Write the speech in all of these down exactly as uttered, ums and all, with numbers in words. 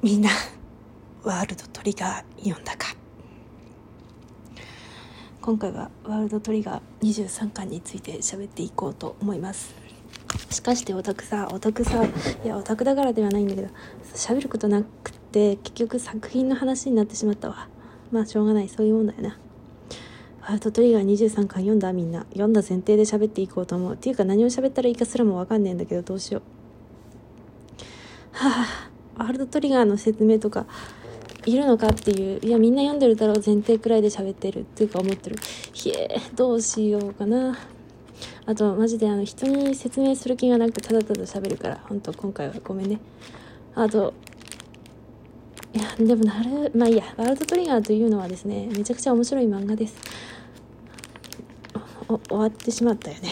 みんなワールドトリガー読んだか。今回はワールドトリガーにじゅうさんかんについて喋っていこうと思います。しかしてオタクさオタクさいやオタクだからではないんだけど、喋ることなくて結局作品の話になってしまったわ。まあしょうがない、そういうもんだよな。ワールドトリガーにじゅうさんかん読んだ。みんな読んだ前提で喋っていこうと思う。っていうか何を喋ったらいいかすらもわかんねえんだけど、どうしよう。はあ、ワールドトリガーの説明とかいるのかっていう、いやみんな読んでるだろう前提くらいで喋ってるっていうか思ってる。ひえどうしようかな。あとマジであの人に説明する気がなくてただただ喋るから、本当今回はごめんね。あといやでもなるまあいいや。ワールドトリガーというのはですね、めちゃくちゃ面白い漫画です。お終わってしまったよね。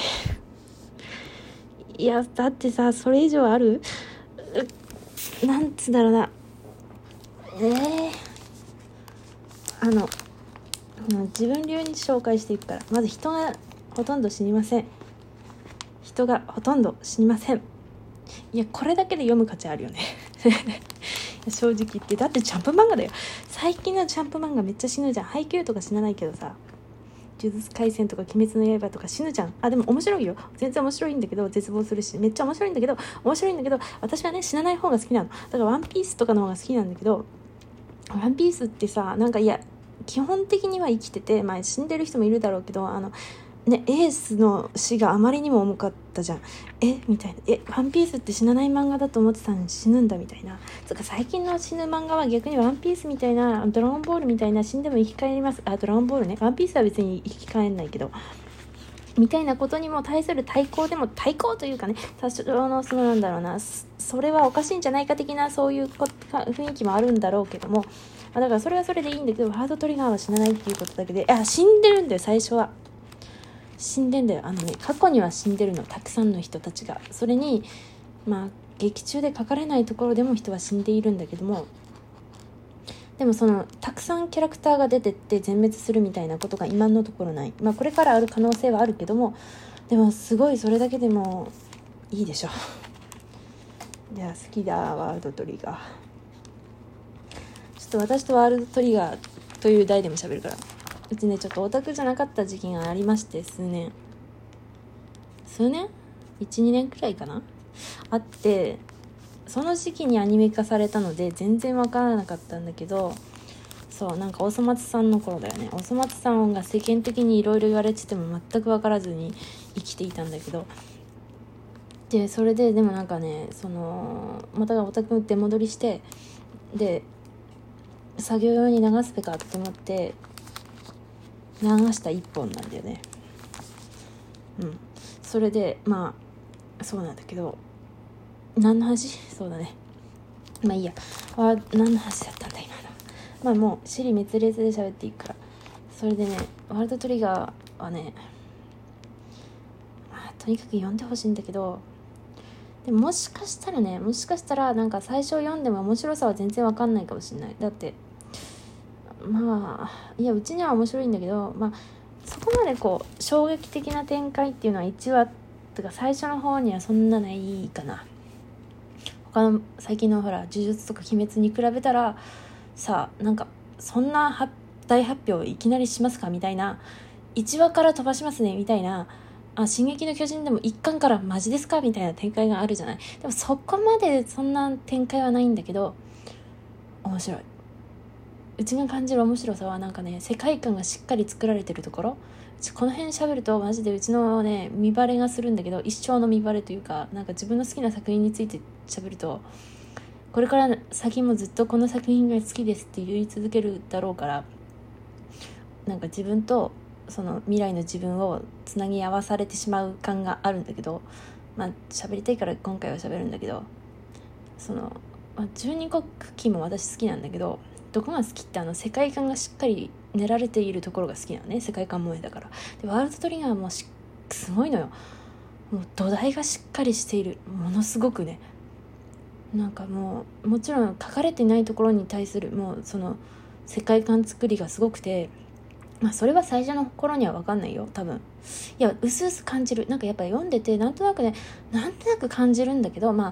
いやだってさ、それ以上ある？なんつうんだろうな。えー、あの自分流に紹介していくから。まず人がほとんど死にません。人がほとんど死にません。いやこれだけで読む価値あるよね正直言って。だってジャンプ漫画だよ。最近のジャンプ漫画めっちゃ死ぬじゃん。配給とか死なないけどさ、呪術廻戦とか鬼滅の刃とか死ぬじゃん。あでも面白いよ、全然面白いんだけど、絶望するしめっちゃ面白いんだけど面白いんだけど私はね死なない方が好きなの。だからワンピースとかの方が好きなんだけど、ワンピースってさ、なんかいや基本的には生きてて、まあ死んでる人もいるだろうけど、あのね、エースの死があまりにも重かったじゃん。えみたいな。えワンピースって死なない漫画だと思ってたのに死ぬんだみたいな。つか最近の死ぬ漫画は逆にワンピースみたいな、ドラゴンボールみたいな死んでも生き返ります。あドラゴンボールね、ワンピースは別に生き返んないけどみたいなことにも対する対抗でも、対抗というかね、多少のそのなんだろうな、それはおかしいんじゃないか的なそういう雰囲気もあるんだろうけども、だからそれはそれでいいんだけど、ハードトリガーは死なないっていうことだけで、あ死んでるんだよ。最初は死んでんだよ。あのね、過去には死んでるの、たくさんの人たちが。それにまあ劇中で書かれないところでも人は死んでいるんだけども、でもそのたくさんキャラクターが出てって全滅するみたいなことが今のところない。まあこれからある可能性はあるけども、でもすごいそれだけでもいいでしょ。じゃあ好きだワールドトリガー。ちょっと私とワールドトリガーという題でも喋るから。うちねちょっとオタクじゃなかった時期がありまして、数年数年 いち,に 年くらいかなあって、その時期にアニメ化されたので全然わからなかったんだけど、そうなんかおそ松さんの頃だよね。おそ松さんが世間的にいろいろ言われてても全く分からずに生きていたんだけど、でそれででもなんかね、そのまたオタク出戻りして、で作業用に流すべかと思って流した一本なんだよね。うんそれでまあそうなんだけど、何の話？そうだね、まあいいや。あ何の話だったんだ今の。まあもう尻滅裂で喋っていくから。それでね、ワールドトリガーはね、まあ、とにかく読んでほしいんだけど、でももしかしたらねもしかしたらなんか最初読んでも面白さは全然わかんないかもしれない。だってまあいやうちには面白いんだけど、まあそこまでこう衝撃的な展開っていうのはいちわとか最初の方にはそんなないかな。他の最近のほら呪術とか鬼滅に比べたらさ、なんかそんな大発表いきなりしますかみたいな、いちわから飛ばしますねみたいな、あ進撃の巨人でもいっかんからマジですかみたいな展開があるじゃない。でもそこまでそんな展開はないんだけど面白い。うちが感じる面白さはなんかね、世界観がしっかり作られてるところ。うちこの辺喋るとマジでうちのね見バレがするんだけど、一生の見バレというか、なんか自分の好きな作品について喋ると、これから先もずっとこの作品が好きですって言い続けるだろうから、なんか自分とその未来の自分をつなぎ合わされてしまう感があるんだけど、まあ喋りたいから今回は喋るんだけど、その、まあ、十二国旗も私好きなんだけど、どこが好きってあの世界観がしっかり練られているところが好きなのね。世界観萌えだから。でワールドトリガーもしすごいのよ。もう土台がしっかりしている、ものすごくね。なんかもうもちろん書かれていないところに対するもうその世界観作りがすごくて、まあそれは最初の頃には分かんないよ多分。いや薄々感じる。なんかやっぱ読んでてなんとなくねなんとなく感じるんだけど、まあ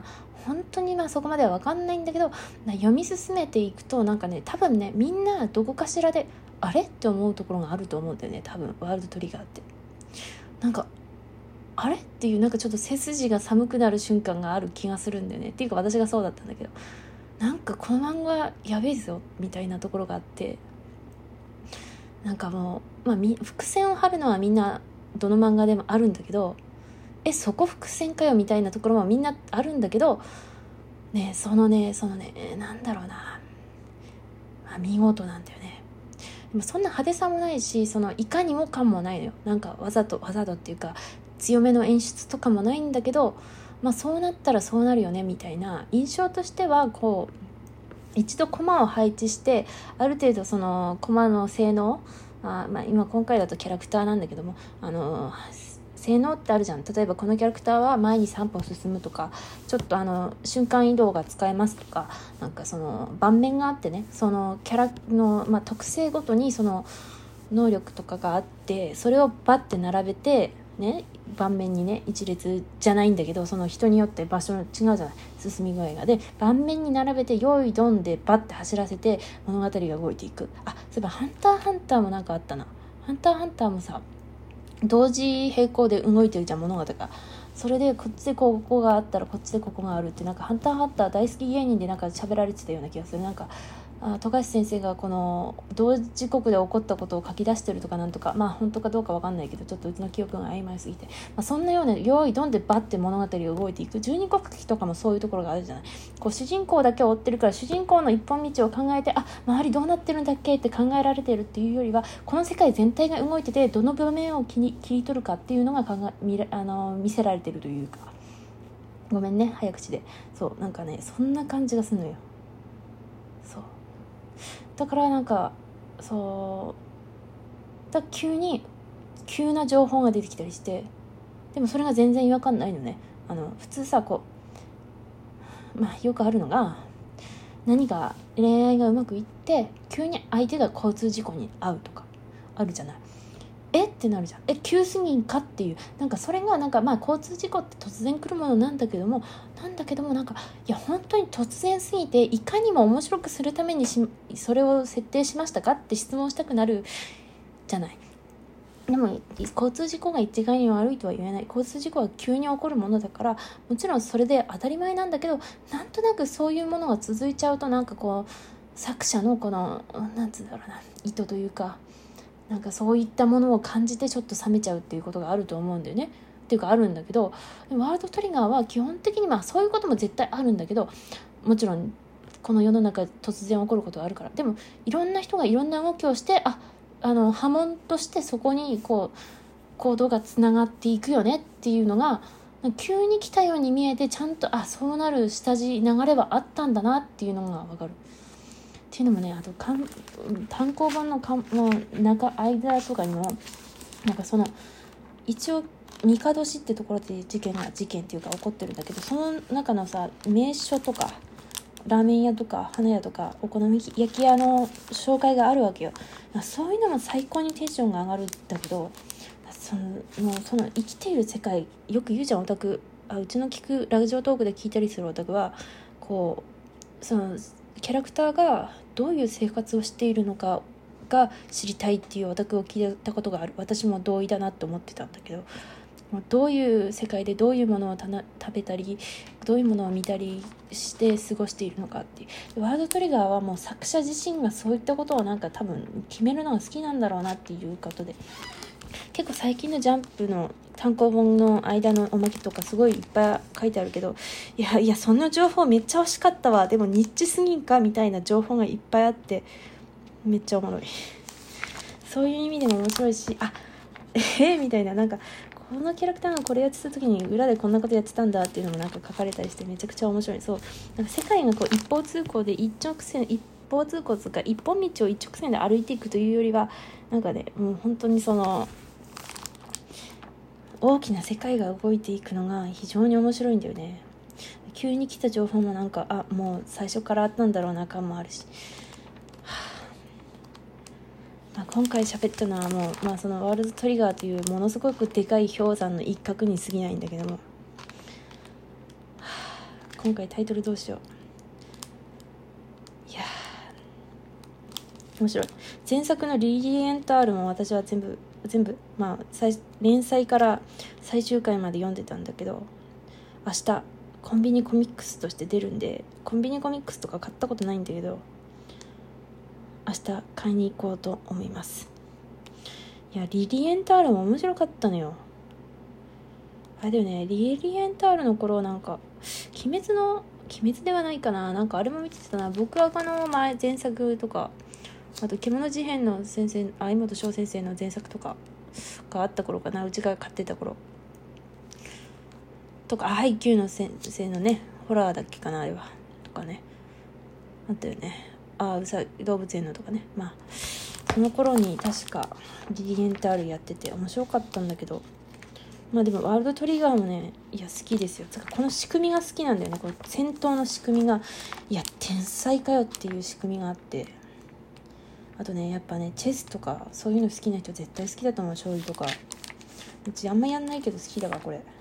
本当にまあそこまでは分かんないんだけど、読み進めていくとなんかね、多分ねみんなどこかしらであれって思うところがあると思うんだよね。多分ワールドトリガーってなんかあれっていう、なんかちょっと背筋が寒くなる瞬間がある気がするんだよね。っていうか私がそうだったんだけど、なんかこの漫画やべえぞみたいなところがあって、なんかもう、まあ、伏線を張るのはみんなどの漫画でもあるんだけど、えそこ伏線かよみたいなところもみんなあるんだけどね、そのねそのねなんだろうな、まあ、見事なんだよね。でもそんな派手さもないし、そのいかにも感もないのよ。なんかわざとわざとっていうか強めの演出とかもないんだけど、まあそうなったらそうなるよねみたいな印象としては、こう一度コマを配置してある程度そのコマの性能、あ、まあ、今今回だとキャラクターなんだけども、あの性能ってあるじゃん。例えばこのキャラクターは前にさん歩進むとか、ちょっとあの瞬間移動が使えますとか、なんかその盤面があってね、そのキャラの、まあ、特性ごとにその能力とかがあって、それをバッて並べてね、盤面にね一列じゃないんだけど、その人によって場所違うじゃない、進み具合が。で盤面に並べて用意ドンでバッて走らせて物語が動いていく。あ、そういえばハンターハンターもなんかあったな。ハンターハンターもさ同時並行で動いてるじゃん物語が。それでこっちでここがあったらこっちでここがあるって、なんかハンターハンター大好き芸人でなんか喋られてたような気がする。なんかあ富樫先生がこの同時刻で起こったことを書き出してるとかなんとか、まあ本当かどうか分かんないけど、ちょっとうちの記憶が曖昧すぎて、まあ、そんなような用意どんでバッて物語が動いていく。十二国旗とかもそういうところがあるじゃない。こう主人公だけを追ってるから、主人公の一本道を考えて、あ、周りどうなってるんだっけって考えられてるっていうよりは、この世界全体が動いててどの場面を切り切り取るかっていうのが考え見あの見せられてるというか、ごめんね早口で。そうなんかねそんな感じがするのよ。そうだからなんかそうだ急に急な情報が出てきたりして、でもそれが全然違和感ないのね。あの普通さこうまあよくあるのが、何か恋愛がうまくいって急に相手が交通事故に遭うとかあるじゃない。えってなるじゃん。え急すぎんかっていう、なんかそれがなんかまあ交通事故って突然来るものなんだけどもなんだけどもなんかいや本当に突然すぎて、いかにも面白くするためにしそれを設定しましたかって質問したくなるじゃない。でも交通事故が一概に悪いとは言えない。交通事故は急に起こるものだから、もちろんそれで当たり前なんだけど、なんとなくそういうものが続いちゃうと、なんかこう作者のこのなんつうんだろうな意図というか、なんかそういったものを感じてちょっと冷めちゃうっていうことがあると思うんだよね。っていうかあるんだけど、ワールドトリガーは基本的にまあそういうことも絶対あるんだけど、もちろんこの世の中突然起こることがあるから。でもいろんな人がいろんな動きをして、ああの波紋としてそこにこう行動がつながっていくよねっていうのが急に来たように見えて、ちゃんとあそうなる下地流れはあったんだなっていうのが分かる。っていうのもね、あとかん単行本のかんもう中間とかにもなんかその一応帝市ってところで事件が事件っていうか起こってるんだけど、その中のさ名所とかラーメン屋とか花屋とかお好み焼き屋の紹介があるわけよ。そういうのも最高にテンションが上がるんだけど、そのもうその生きている世界よく言うじゃんオタク。あうちの聞くラジオトークで聞いたりするオタクはこうそのキャラクターがどういう生活をしているのかが知りたいっていうオタクを聞いたことがある。私も同意だなって思ってたんだけど、どういう世界でどういうものをたな食べたりどういうものを見たりして過ごしているのかっていう。ワールドトリガーはもう作者自身がそういったことをなんか多分決めるのが好きなんだろうなっていうことで、結構最近のジャンプの単行本の間のおまけとかすごいいっぱい書いてあるけど、いやいやその情報めっちゃ欲しかったわ、でもニッチすぎんかみたいな情報がいっぱいあってめっちゃおもろい。そういう意味でも面白いし、あえー、みたいな、なんかこのキャラクターがこれやってた時に裏でこんなことやってたんだっていうのもなんか書かれたりしてめちゃくちゃ面白い。そうなんか世界がこう一方通行で一直線一方通行とか一本道を一直線で歩いていくというよりは、なんかねもう本当にその大きな世界が動いていくのが非常に面白いんだよね。急に来た情報もなんかあもう最初からあったんだろうな感もあるし、まあ、今回喋ったのはもう、まあ、そのワールドトリガーというものすごくでかい氷山の一角に過ぎないんだけども、 今回タイトルどうしよう。いや面白い。前作のリリエンタールも私は全部全部まあ最連載から最終回まで読んでたんだけど、明日コンビニコミックスとして出るんで、コンビニコミックスとか買ったことないんだけど、明日買いに行こうと思います。いやリリエンタールも面白かったのよ。あれだよね、リリエンタールの頃なんか鬼滅の鬼滅ではないかな、なんかあれも見てたな、僕はこの前前作とか、あと獣事変の先生相本翔先生の前作とかがあった頃かな、うちが買ってた頃とか、ハイキューの先生のねホラーだっけかなあれはとかねあったよね。あうさ動物園のとかね。まあその頃に確かリリエンタールやってて面白かったんだけど、まあでもワールドトリガーもね、いや好きですよ。つかこの仕組みが好きなんだよね。この戦闘の仕組みが、いや天才かよっていう仕組みがあって、あとねやっぱねチェスとかそういうの好きな人絶対好きだと思う。将棋とかうちあんまやんないけど好きだわこれ。